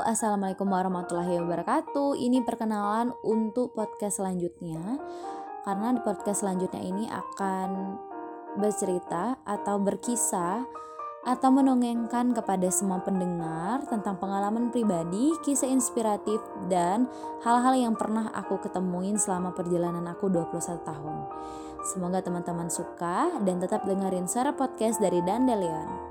Assalamualaikum warahmatullahi wabarakatuh. Ini perkenalan untuk podcast selanjutnya. Karena di podcast selanjutnya ini akan bercerita atau berkisah atau mendongengkan kepada semua pendengar tentang pengalaman pribadi, kisah inspiratif, dan hal-hal yang pernah aku ketemuin selama perjalanan aku 21 tahun. Semoga teman-teman suka dan tetap dengerin suara podcast dari Dandelion.